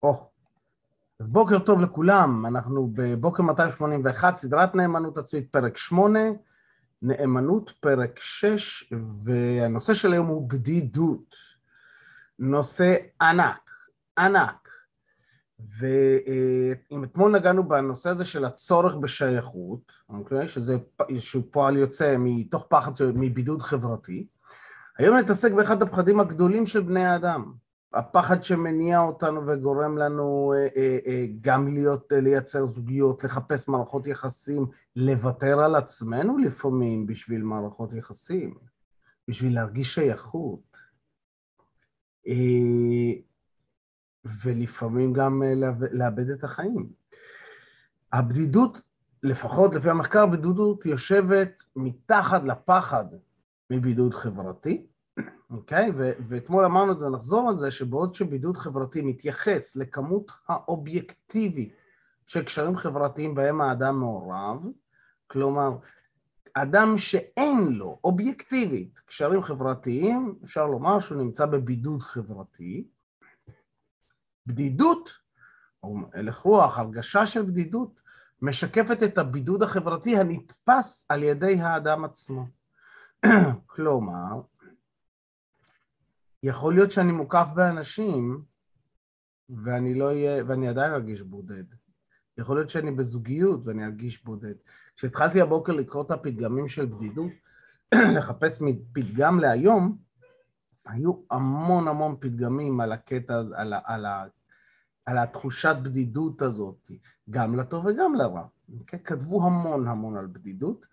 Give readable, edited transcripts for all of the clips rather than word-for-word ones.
או, אז בוקר טוב לכולם, אנחנו בבוקר 281, סדרת נאמנות עצמית פרק 8, נאמנות פרק 6, והנושא של היום הוא בדידות. נושא ענק. ואם אתמול נגענו בנושא הזה של הצורך בשייכות, אוקיי? שהוא פועל יוצא מתוך פחד מבידוד חברתי, היום נתעסק באחד הפחדים הגדולים של בני האדם. הפחד שמניע אותנו וגורם לנו גם לייצר זוגיות, לחפש מערכות יחסים, לוותר על עצמנו לפעמים בשביל מערכות יחסים, בשביל להרגיש שייכות, ולפעמים גם לאבד את החיים. הבדידות, לפחות לפי המחקר, בדידות יושבת מתחת לפחד מבידוד חברתי, אוקיי? ואתמול אמרנו את זה, נחזור על זה, שבעוד שבידוד חברתי מתייחס לכמות האובייקטיבית של קשרים חברתיים בהם האדם מעורב, כלומר, אדם שאין לו אובייקטיבית קשרים חברתיים, אפשר לומר שהוא נמצא בבידוד חברתי. בדידות, או הלך רוח, הרגשה של בדידות, משקפת את הבידוד החברתי הנתפס על ידי האדם עצמו. כלומר, יכול להיות שאני מוקף באנשים, ואני עדיין ארגיש בודד. יכול להיות שאני בזוגיות ואני ארגיש בודד. כשהתחלתי הבוקר לקרוא את הפתגמים של בדידות, לחפש פתגם להיום, היו המון פתגמים על הקטע, על התחושת בדידות הזאת, גם לטוב וגם לרע. כתבו המון על בדידות.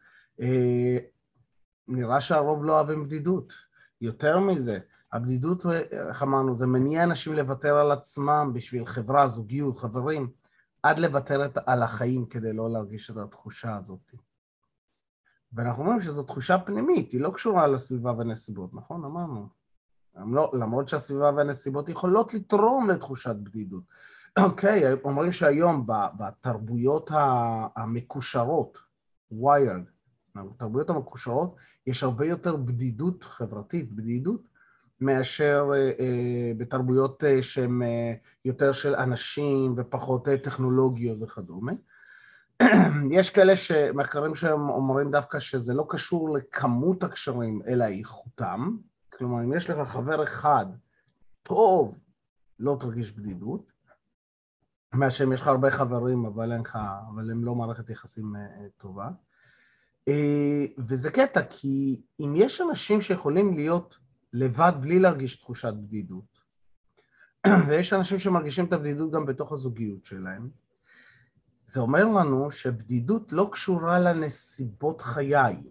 נראה שהרוב לא אוהבים בדידות. יותר מזה, הבדידות, איך אמרנו, זה מניע אנשים לוותר על עצמם בשביל חברה, זוגיות, חברים, עד לוותר על החיים כדי לא להרגיש את התחושה הזאת. ואנחנו אומרים שזו תחושה פנימית, היא לא קשורה לסביבה ונסיבות, נכון? אמרנו. למרות שהסביבה והנסיבות יכולות לתרום לתחושת בדידות. אוקיי, אומרים שהיום בתרבויות המקושרות, wired, בתרבויות המקושרות, יש הרבה יותר בדידות חברתית, בדידות, מאשר בתרבויות שהן יותר של אנשים ופחות טכנולוגיות וכדומה. יש כאלה מחקרים שהם אומרים דווקא שזה לא קשור לכמות הקשרים, אלא איכותם. כלומר, אם יש לך חבר אחד טוב, לא תרגיש בדידות, מהשם יש לך הרבה חברים, אבל הם לא מערכת יחסים טובה. וזה קטע, כי אם יש אנשים שיכולים להיות לבד בלי להרגיש תחושת בדידות, ויש אנשים שמרגישים את הבדידות גם בתוך הזוגיות שלהם, זה אומר לנו שבדידות לא קשורה לנסיבות חיי,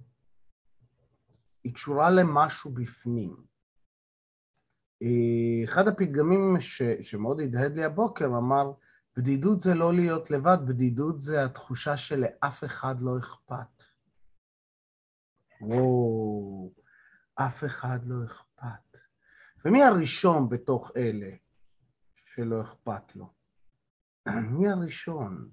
היא קשורה למשהו בפנים. אחד הפתגמים שמאוד הדהד לי הבוקר אמר, בדידות זה לא להיות לבד, בדידות זה התחושה שלאף אחד לא אכפת. אף אחד לא אכפת. ומי הראשון בתוך אלה שלא אכפת לו? מי הראשון?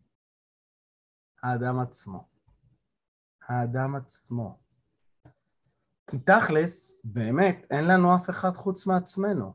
האדם עצמו. האדם עצמו. כי תכלס, באמת, אין לנו אף אחד חוץ מעצמנו.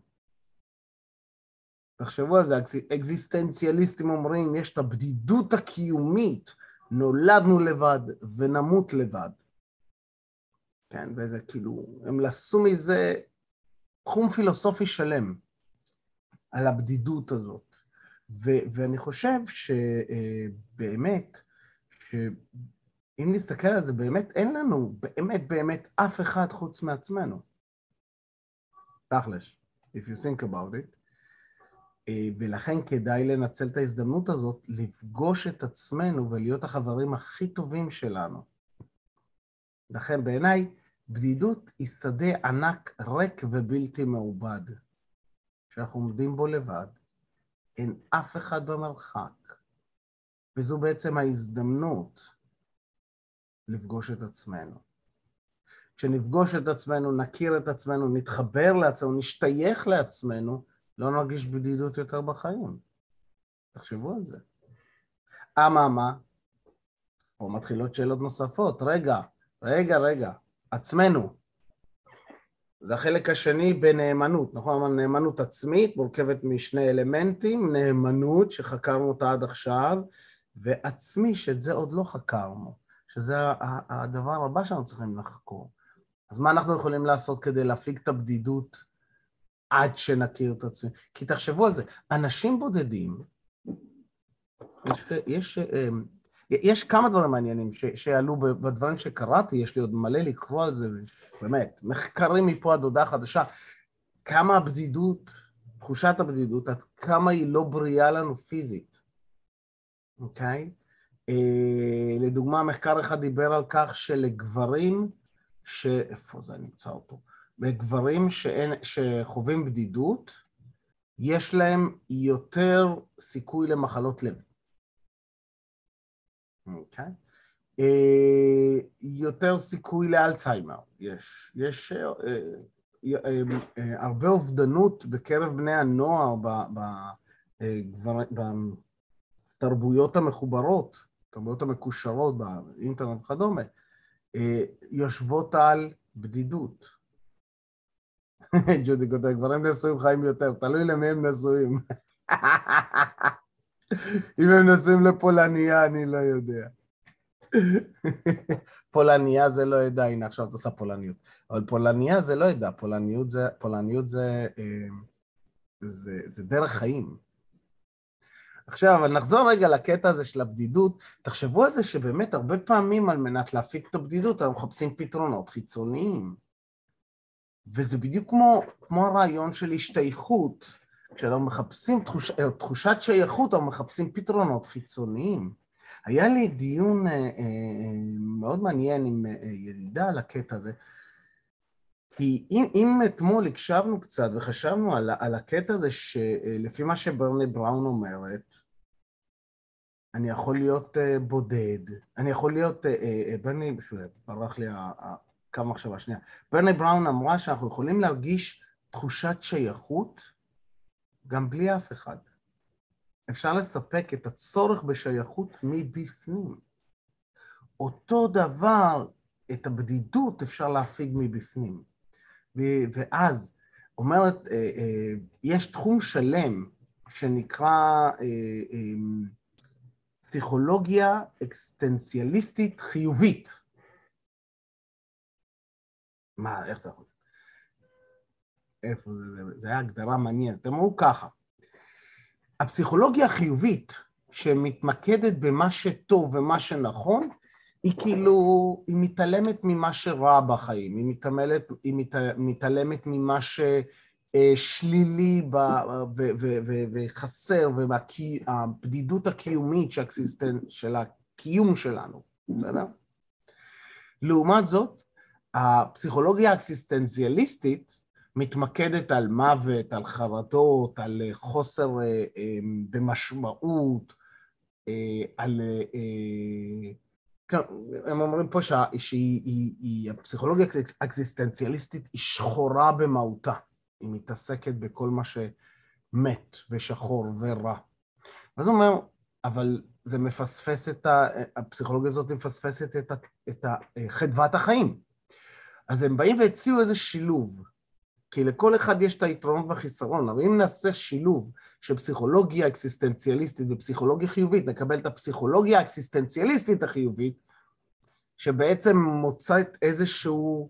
תחשבו על זה, אקזיסטנציאליסטים אומרים, יש את הבדידות הקיומית, נולדנו לבד ונמות לבד. כן, וזה כאילו, הם לעשו מזה תחום פילוסופי שלם על הבדידות הזאת. ואני חושב שבאמת, אם נסתכל על זה, באמת אין לנו, באמת אף אחד חוץ מעצמנו. תכלס, if you think about it. ולכן כדאי לנצל את ההזדמנות הזאת, לפגוש את עצמנו ולהיות החברים הכי טובים שלנו. לכן בעיניי, בדידות היא שדה ענק ריק ובלתי מעובד. שאנחנו עומדים בו לבד, אין אף אחד במרחק. וזו בעצם ההזדמנות לפגוש את עצמנו. כשנפגוש את עצמנו, נכיר את עצמנו, נתחבר לעצמנו, נשתייך לעצמנו, לא נרגיש בדידות יותר בחיים. תחשבו על זה. מה? פה מתחילות שאלות נוספות. רגע. עצמנו. זה החלק השני בנאמנות, נכון? נאמנות עצמית מורכבת משני אלמנטים, נאמנות שחקרנו אותה עד עכשיו, ועצמי שאת זה עוד לא חקרנו, שזה הדבר הבא שאנחנו צריכים לחקור. אז מה אנחנו יכולים לעשות כדי להפיג את הבדידות עד שנכיר את עצמי? כי תחשבו על זה, אנשים בודדים, יש כמה דברים מעניינים שעלו בדברים שקראתי, יש לי עוד מלא לקרוא על זה, באמת, מחקרים מפה עד הודעה חדשה, כמה הבדידות, תחושת הבדידות, עד כמה היא לא בריאה לנו פיזית, אוקיי? לדוגמה, מחקר אחד דיבר על כך שלגברים, איפה זה נמצא אותו? לגברים שחווים בדידות, יש להם יותר סיכוי למחלות לב. אוקיי? יותר סיכוי לאלצהיימר. יש הרבה אובדנות בקרב בני הנוער בתרבויות המחוברות, תרבויות המקושרות באינטרנט וכדומה, יושבות על בדידות. ג'ודי כותב, גברים נשואים חיים יותר, תלוי למי הם נשואים. אם הם נשואים לפולניה, אני לא יודע. פולניה זה לא ידע, הנה עכשיו את עושה פולניות. אבל פולניה זה לא ידע, פולניות זה דרך חיים. עכשיו, אבל נחזור רגע לקטע הזה של הבדידות, תחשבו על זה שבאמת הרבה פעמים על מנת להפיק את הבדידות, אנחנו מחפשים פתרונות חיצוניים. וזה בדיוק כמו הרעיון של השתייכות, כשאנחנו מחפשים תחושת שייכות, אנחנו מחפשים פתרונות חיצוניים. היה לי דיון מאוד מעניין עם ידידה על הקטע הזה, כי אם אתמול הקשבנו קצת וחשבנו על הקטע הזה שלפי מה שברני בראון אומרת, אני יכול להיות בודד, אני יכול להיות, ברני, ברח לי כמה מחשבה שנייה, ברני בראון אמרה שאנחנו יכולים להרגיש תחושת שייכות גם בלי אף אחד. אפשר לספק את הצורך בשייכות מבפנים. אותו דבר, את הבדידות אפשר להפיג מבפנים. ואז, אומרת, יש תחום שלם שנקרא פסיכולוגיה אקסטנציאליסטית חיובית. מה, איך זה יכול? איפה זה? זה היה הגדרה מעניינת. אתם אמרו ככה. הפסיכולוגיה החיובית שמתמקדת במה שטוב ומה שנכון, היא כאילו, היא מתעלמת ממה שרע בחיים, היא מתעלמת ממה ששלילי וחסר, והבדידות הקיומית של הקיום שלנו, בסדר? לעומת זאת, הפסיכולוגיה האקסיסטנציאליסטית מתמקדת על מוות, על חרדות, על חוסר במשמעות, על... הם אומרים פה שהפסיכולוגיה האקסיסטנציאליסטית היא שחורה במהותה, היא מתעסקת בכל מה שמת ושחור ורע. אז הוא אומר, אבל זה מפספס הפסיכולוגיה הזאת מפספסת את חדוות החיים. אז הם באים והציעו איזה שילוב, כי לכל אחד יש את היתרונות והחיסרון, אבל אם נעשה שילוב של פסיכולוגיה אקסיסטנציאליסטית ופסיכולוגיה חיובית, נקבל את הפסיכולוגיה האקסיסטנציאליסטית החיובית, שבעצם מוצאת איזשהו,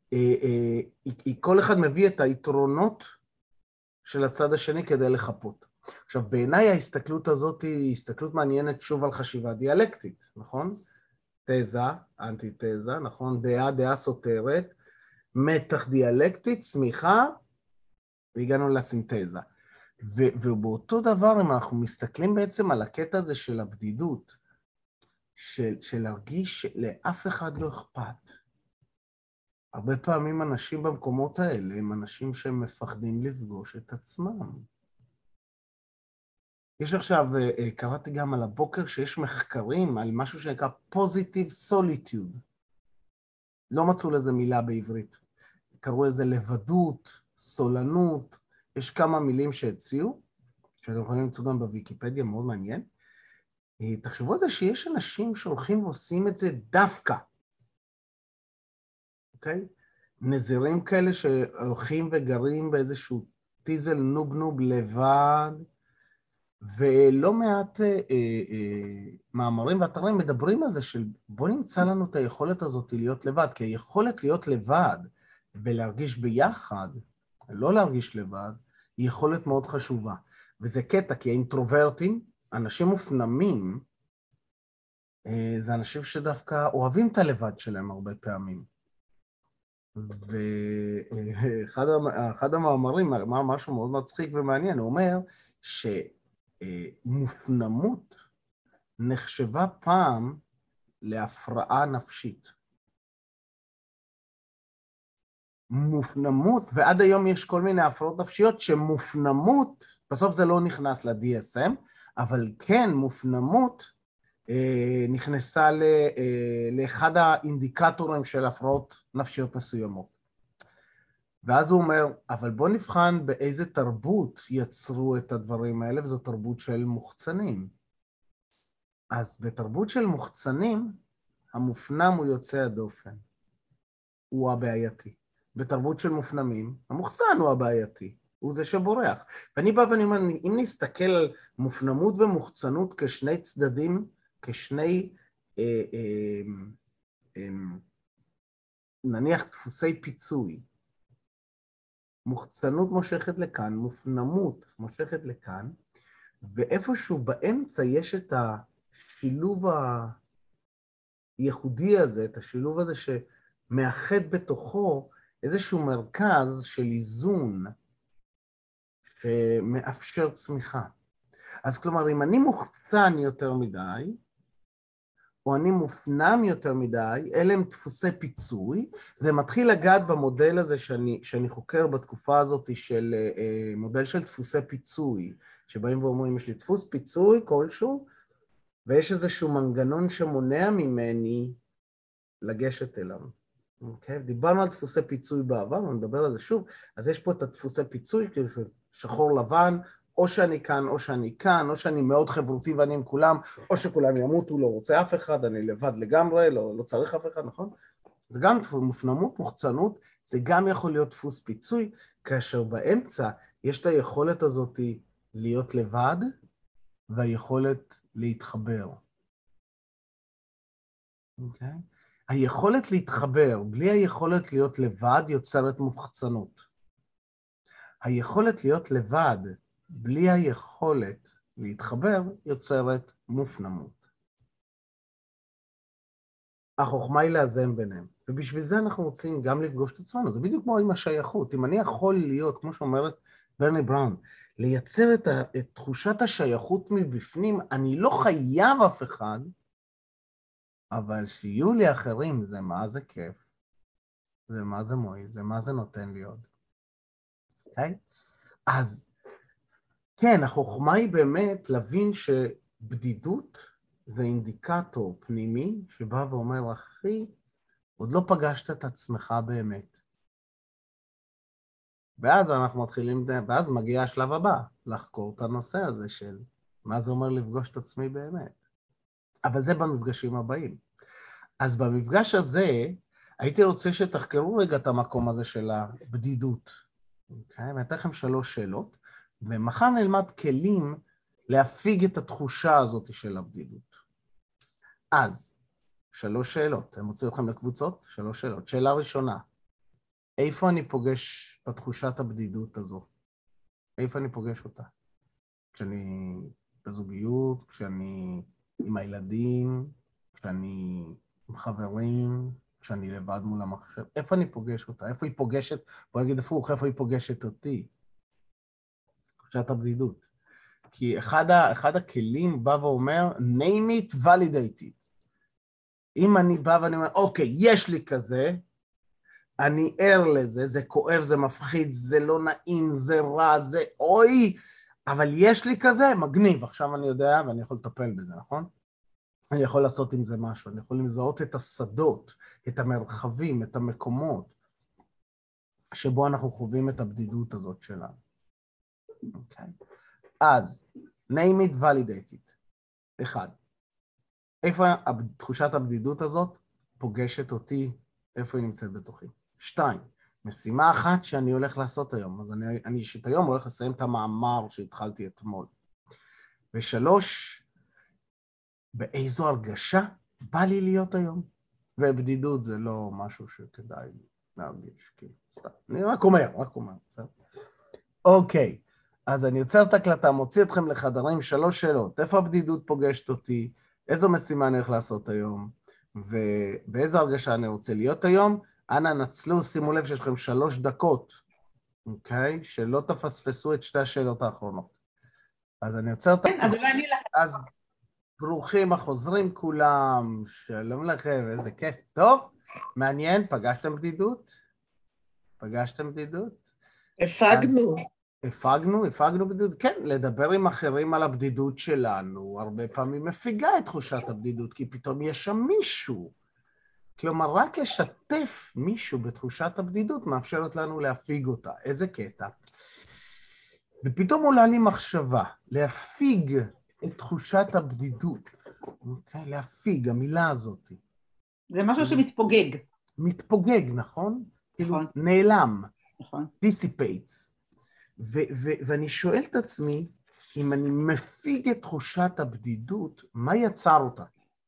כל אחד מביא את היתרונות של הצד השני כדי לחפות. עכשיו, בעיניי ההסתכלות הזאת היא הסתכלות מעניינת שוב על חשיבה דיאלקטית, נכון? תזה, אנטי-תזה, נכון? דעה סותרת, מתח דיאלקטית, צמיחה, והגענו לסינתזה. ובאותו דבר, אם אנחנו מסתכלים בעצם על הקטע הזה של הבדידות, של להרגיש שלאף אחד לא אכפת. הרבה פעמים אנשים במקומות האלה הם אנשים שהם מפחדים לפגוש את עצמם. יש עכשיו, קראתי גם על הבוקר שיש מחקרים על משהו שנקרא positive solitude. לא מצאו לזה מילה בעברית. קראו לזה לבדות, סולנות, יש כמה מילים שהציעו, שאתם יכולים למצוא גם בוויקיפדיה, מאוד מעניין. תחשבו על זה שיש אנשים שהולכים ועושים את זה דווקא, אוקיי? נזירים כאלה שהולכים וגרים באיזשהו פיזל נוב לבד, ולא מעט מאמרים ואתרים מדברים על זה של בוא נמצא לנו את היכולת הזאת להיות לבד, כי היכולת להיות לבד ולהרגיש ביחד, לא להרגיש לבד, היא יכולת מאוד חשובה. וזה קטע, כי האינטרוברטים, אנשים מופנמים, זה אנשים שדווקא אוהבים את הלבד שלהם הרבה פעמים. ואחד המאמרים אמר משהו מאוד מצחיק ומעניין, הוא אומר שמופנמות נחשבה פעם להפרעה נפשית. מופנמות, ועד היום יש כל מיני הפרעות נפשיות שמופנמות, בסוף זה לא נכנס ל-DSM, אבל כן, מופנמות נכנסה לאחד האינדיקטורים של הפרעות נפשיות מסוימות. ואז הוא אומר, אבל בוא נבחן באיזה תרבות יצרו את הדברים האלה, וזו תרבות של מוחצנים. אז בתרבות של מוחצנים, המופנם הוא יוצא הדופן, הוא הבעייתי. בתרבות של מופנמים, המוחצן הוא הבעייתי, הוא זה שבורח. ואני בא ואני אומר, אם נסתכל על מופנמות ומוחצנות כשני צדדים, כשני, נניח דפוסי פיצוי, מוחצנות מושכת לכאן, מופנמות מושכת לכאן, ואיפשהו באמצע יש את השילוב הייחודי הזה, את השילוב הזה שמאחד בתוכו איזשהו מרכז של איזון שמאפשר צמיחה. אז כלומר, אם אני מוחצן יותר מדי, או אני מופנם יותר מדי, אלה הם דפוסי פיצוי, זה מתחיל לגעת במודל הזה שאני חוקר בתקופה הזאת של מודל של דפוסי פיצוי, שבאים ואומרים, יש לי דפוס פיצוי כלשהו, ויש איזשהו מנגנון שמונע ממני לגשת אליו. אוקיי? דיברנו על דפוסי פיצוי בעבר, ונדבר על זה שוב, אז יש פה את הדפוסי פיצוי, כאילו שחור לבן, או שאני כאן, או שאני כאן, או שאני מאוד חברותי ואני עם כולם, או שכולם ימותו, לא רוצה אף אחד, אני לבד לגמרי, לא צריך אף אחד, נכון? זה גם מופנמות, מוחצנות, זה גם יכול להיות דפוס פיצוי, כאשר באמצע יש את היכולת הזאת להיות לבד, והיכולת להתחבר. אוקיי? היכולת להתחבר, בלי היכולת להיות לבד, יוצרת מוחצנות. היכולת להיות לבד, בלי היכולת להתחבר, יוצרת מופנמות. החוכמה היא לאזן ביניהם, ובשביל זה אנחנו רוצים גם לפגוש את עצמנו, זה בדיוק כמו עם השייכות. אם אני יכול להיות, כמו שאומרת ברני בראון, לייצר את תחושת השייכות מבפנים, אני לא חייב אף אחד, אבל שיהיו לי אחרים, זה מה זה כיף, זה מה זה מועיל, זה מה זה נותן לי עוד. אוקיי? אז כן, החוכמה היא באמת להבין שבדידות זה אינדיקטור פנימי שבא ואומר, אחי, עוד לא פגשת את עצמך באמת. ואז אנחנו מתחילים, ואז מגיע השלב הבא, לחקור את הנושא הזה של מה זה אומר לפגוש את עצמי באמת. אבל זה במפגשים הבאים. אז במפגש הזה, הייתי רוצה שתחקרו רגע את המקום הזה של הבדידות. אוקיי? ואני אתן לכם 3 שאלות, ומחר נלמד כלים להפיג את התחושה הזאת של הבדידות. אז, 3 שאלות. אני מוציא אתכם לקבוצות? 3 שאלות. שאלה ראשונה, איפה אני פוגש בתחושת הבדידות הזו? איפה אני פוגש אותה? כשאני בזוגיות, כשאני עם הילדים, כשאני עם חברים, כשאני לבד מול המחשב, איפה אני פוגש אותה? איפה היא פוגשת, בוא נגיד הפוך, איפה היא פוגשת אותי? תחושת הבדידות. כי אחד הכלים בא ואומר, name it, validate it. אם אני בא ואני אומר, אוקיי, יש לי כזה, אני ער לזה, זה כואב, זה מפחיד, זה לא נעים, זה רע, זה אוי, אבל יש לי כזה, מגניב, עכשיו אני יודע ואני יכול לטפל בזה, נכון? אני יכול לעשות עם זה משהו, אני יכול לזהות את השדות, את המרחבים, את המקומות, שבו אנחנו חווים את הבדידות הזאת שלנו. אוקיי? אז, name it, validate it. 1. איפה תחושת הבדידות הזאת פוגשת אותי, איפה היא נמצאת בתוכי? 2, משימה אחת שאני הולך לעשות היום, אז אני אישית היום הולך לסיים את המאמר שהתחלתי אתמול. ו3, באיזו הרגשה בא לי להיות היום. ובדידות זה לא משהו שכדאי להרגיש, כאילו, סתם. אני רק אומר, בסדר? אוקיי, אז אני יוצר את הקלטה, מוציא אתכם לחדרים, 3 שאלות. איפה הבדידות פוגשת אותי? איזו משימה אני הולך לעשות היום? ובאיזו הרגשה אני רוצה להיות היום? אנא נצלו, שימו לב שיש לכם 3 דקות, אוקיי? שלא תפספסו את 2 השאלות האחרונות. אז אני יוצר את כן, אז אולי אני לך. אז ברוכים החוזרים כולם, שלום לכם, איזה כיף. טוב, מעניין, פגשתם בדידות? הפגנו. הפגנו בדידות, כן, לדבר עם אחרים על הבדידות שלנו, הרבה פעמים מפיגה את תחושת הבדידות, כי פתאום יש שם מישהו. כלומר, רק לשתף מישהו בתחושת הבדידות מאפשרת לנו להפיג אותה. איזה קטע. ופתאום עולה לי מחשבה, להפיג את תחושת הבדידות. אוקיי? להפיג, המילה הזאת. זה משהו שמתפוגג. מתפוגג, נכון? נכון. כאילו, נעלם. נכון. dissipates. ואני שואל את עצמי, אם אני מפיג את תחושת הבדידות, מה יצר אותה?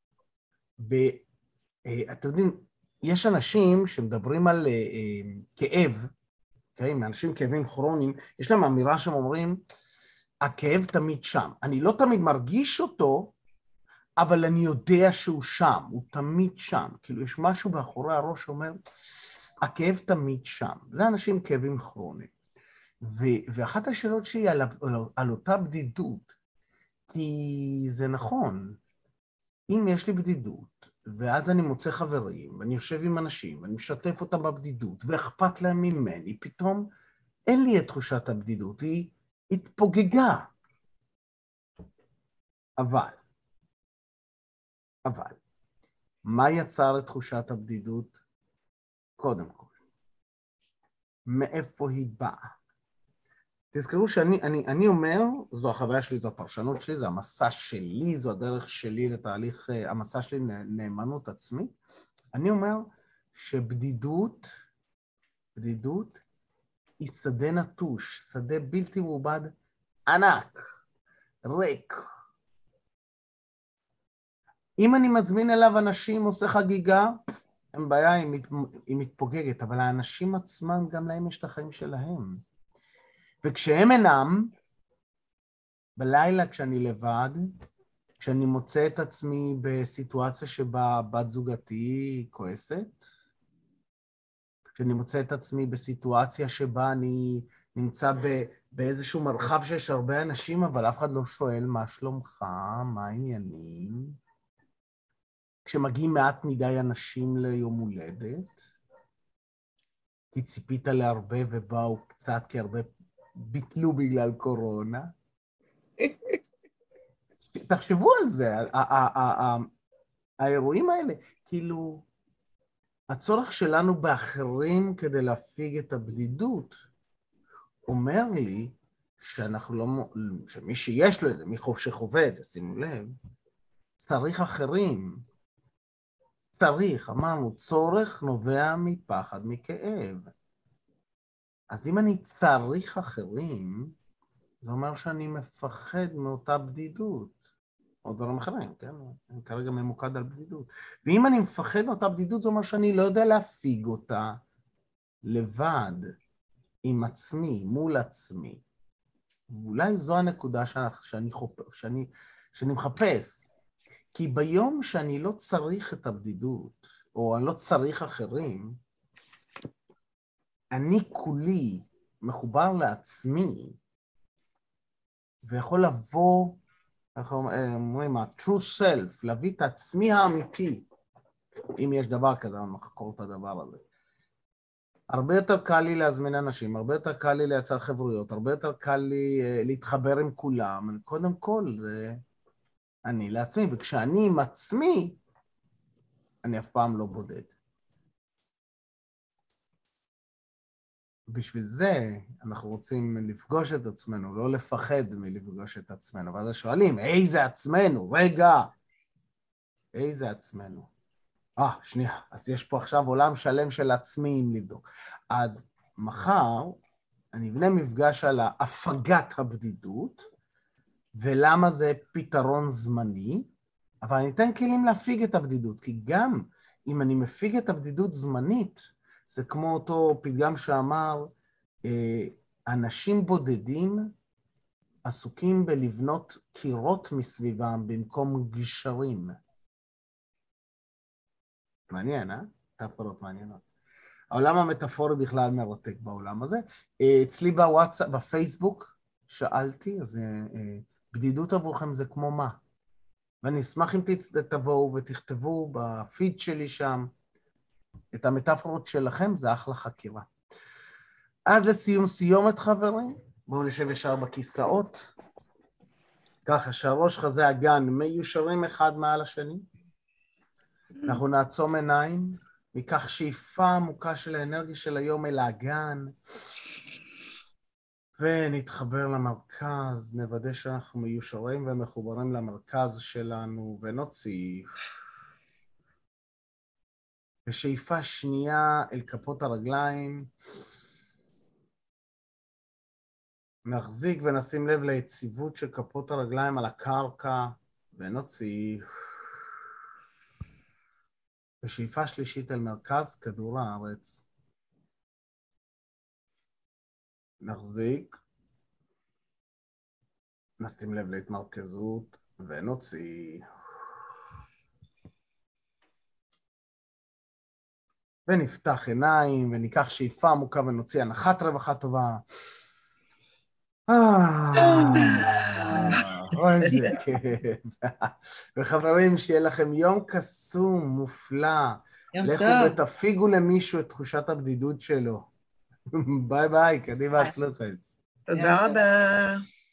אתם יודעים, יש אנשים שמדברים על כאב, okay? מאנשים כאבים כרוניים, יש להם אמירה שהם אומרים, הכאב תמיד שם. אני לא תמיד מרגיש אותו, אבל אני יודע שהוא שם, הוא תמיד שם. כאילו, יש משהו באחורי הראש שאומר, הכאב תמיד שם. זה אנשים עם כאבים כרוניים. ואחת השאלות שלי על אותה בדידות, כי זה נכון, אם יש לי בדידות, ואז אני מוצא חברים, ואני יושב עם אנשים, ואני משתף אותם בבדידות, ואכפת להם ממני, פתאום אין לי את תחושת הבדידות, היא התפוגגה. אבל, מה יצר את תחושת הבדידות? קודם כל, מאיפה היא באה? תזכרו שאני אומר, זו החוויה שלי, זו הפרשנות שלי, זה המסע שלי, זו הדרך שלי לתהליך, המסע שלי נאמנות עצמית. אני אומר שבדידות היא שדה נטוש, שדה בלתי מעובד ענק, ריק. אם אני מזמין אליו אנשים, עושה חגיגה, אין בעיה, היא מתפוגגת, אבל האנשים עצמם, גם להם יש את החיים שלהם. וכשהם אינם, בלילה כשאני לבד, כשאני מוצא את עצמי בסיטואציה שבה בת זוגתי כועסת, כשאני מוצא את עצמי בסיטואציה שבה אני נמצא באיזשהו מרחב שיש הרבה אנשים, אבל אף אחד לא שואל מה שלומך, מה העניינים, כשמגיעים מעט מדי אנשים ליום הולדת, כי ציפית להרבה ובאו קצת כי הרבה ביטלו בגלל קורונה. תחשבו על זה, האירועים האלה, כאילו, הצורך שלנו באחרים כדי להפיג את הבדידות, אומר לי שאנחנו לא, שמי שיש לו את זה, מי שחווה את זה, שימו לב, צריך אחרים. אמרנו, צורך נובע מפחד, מכאב. אז אם אני צריך אחרים, זה אומר שאני מפחד מאותה בדידות, או דברים אחרים, כן? אני כרגע ממוקד על בדידות. ואם אני מפחד מאותה בדידות, זה אומר שאני לא יודע להפיג אותה לבד, עם עצמי, מול עצמי. ואולי זו הנקודה שאני מחפש. כי ביום שאני לא צריך את הבדידות, או אני לא צריך אחרים, אני כולי מחובר לעצמי, ויכול לבוא, אנחנו אומרים, ה-true self, להביא את עצמי האמיתי, אם יש דבר כזה, אני מחקור את הדבר הזה. הרבה יותר קל לי להזמין אנשים, הרבה יותר קל לי לייצר חברויות, הרבה יותר קל לי להתחבר עם כולם. קודם כל, זה אני לעצמי, וכשאני עם עצמי, אני אף פעם לא בודד. בשביל זה אנחנו רוצים לפגוש את עצמנו, לא לפחד מלפגוש את עצמנו. ואז שואלים, איזה עצמנו? רגע, איזה עצמנו? שנייה. אז יש פה עכשיו עולם שלם של עצמי אם לבדוק. אז מחר אני אבנה מפגש על הפגת הבדידות, ולמה זה פתרון זמני, אבל אני אתן כלים להפיג את הבדידות, כי גם אם אני מפיג את הבדידות זמנית, זה כמו אותו פתגם שאמר, אנשים בודדים עסוקים בלבנות קירות מסביבם במקום גשרים. מעניין, תפורות מעניינות. העולם המטאפורי בכלל מרתק בעולם הזה. אצלי בוואטסאפ, בפייסבוק, שאלתי, אז בדידות עבורכם זה כמו מה? ואני אשמח אם תבואו ותכתבו בפיד שלי שם את המטאפורות שלכם, זה אחלה חקירה. עד לסיום סיומת חברים, בואו נשב ישר בכיסאות, ככה שהראש חזה הגן מיושרים אחד מעל השני. אנחנו נעצום עיניים, ניקח שאיפה עמוקה של האנרגיה של היום אל האגן, ונתחבר למרכז, נוודא שאנחנו מיושרים ומחוברים למרכז שלנו, ונוציא. ושאיפה שנייה אל כפות הרגליים, נחזיק ונשים לב ליציבות של כפות הרגליים על הקרקע, ונוציא. ושאיפה שלישית אל מרכז כדור הארץ. נחזיק, נשים לב להתמרכזות, ונוציא. ונפתח עיניים, וניקח שאיפה עמוקה ונוציא הנחת רווחה טובה. איזה כיף. וחברים, שיהיה לכם יום קסום, מופלא. לכו ותפיגו למישהו את תחושת הבדידות שלו. ביי ביי, קדימה הצלחת. תודה רבה.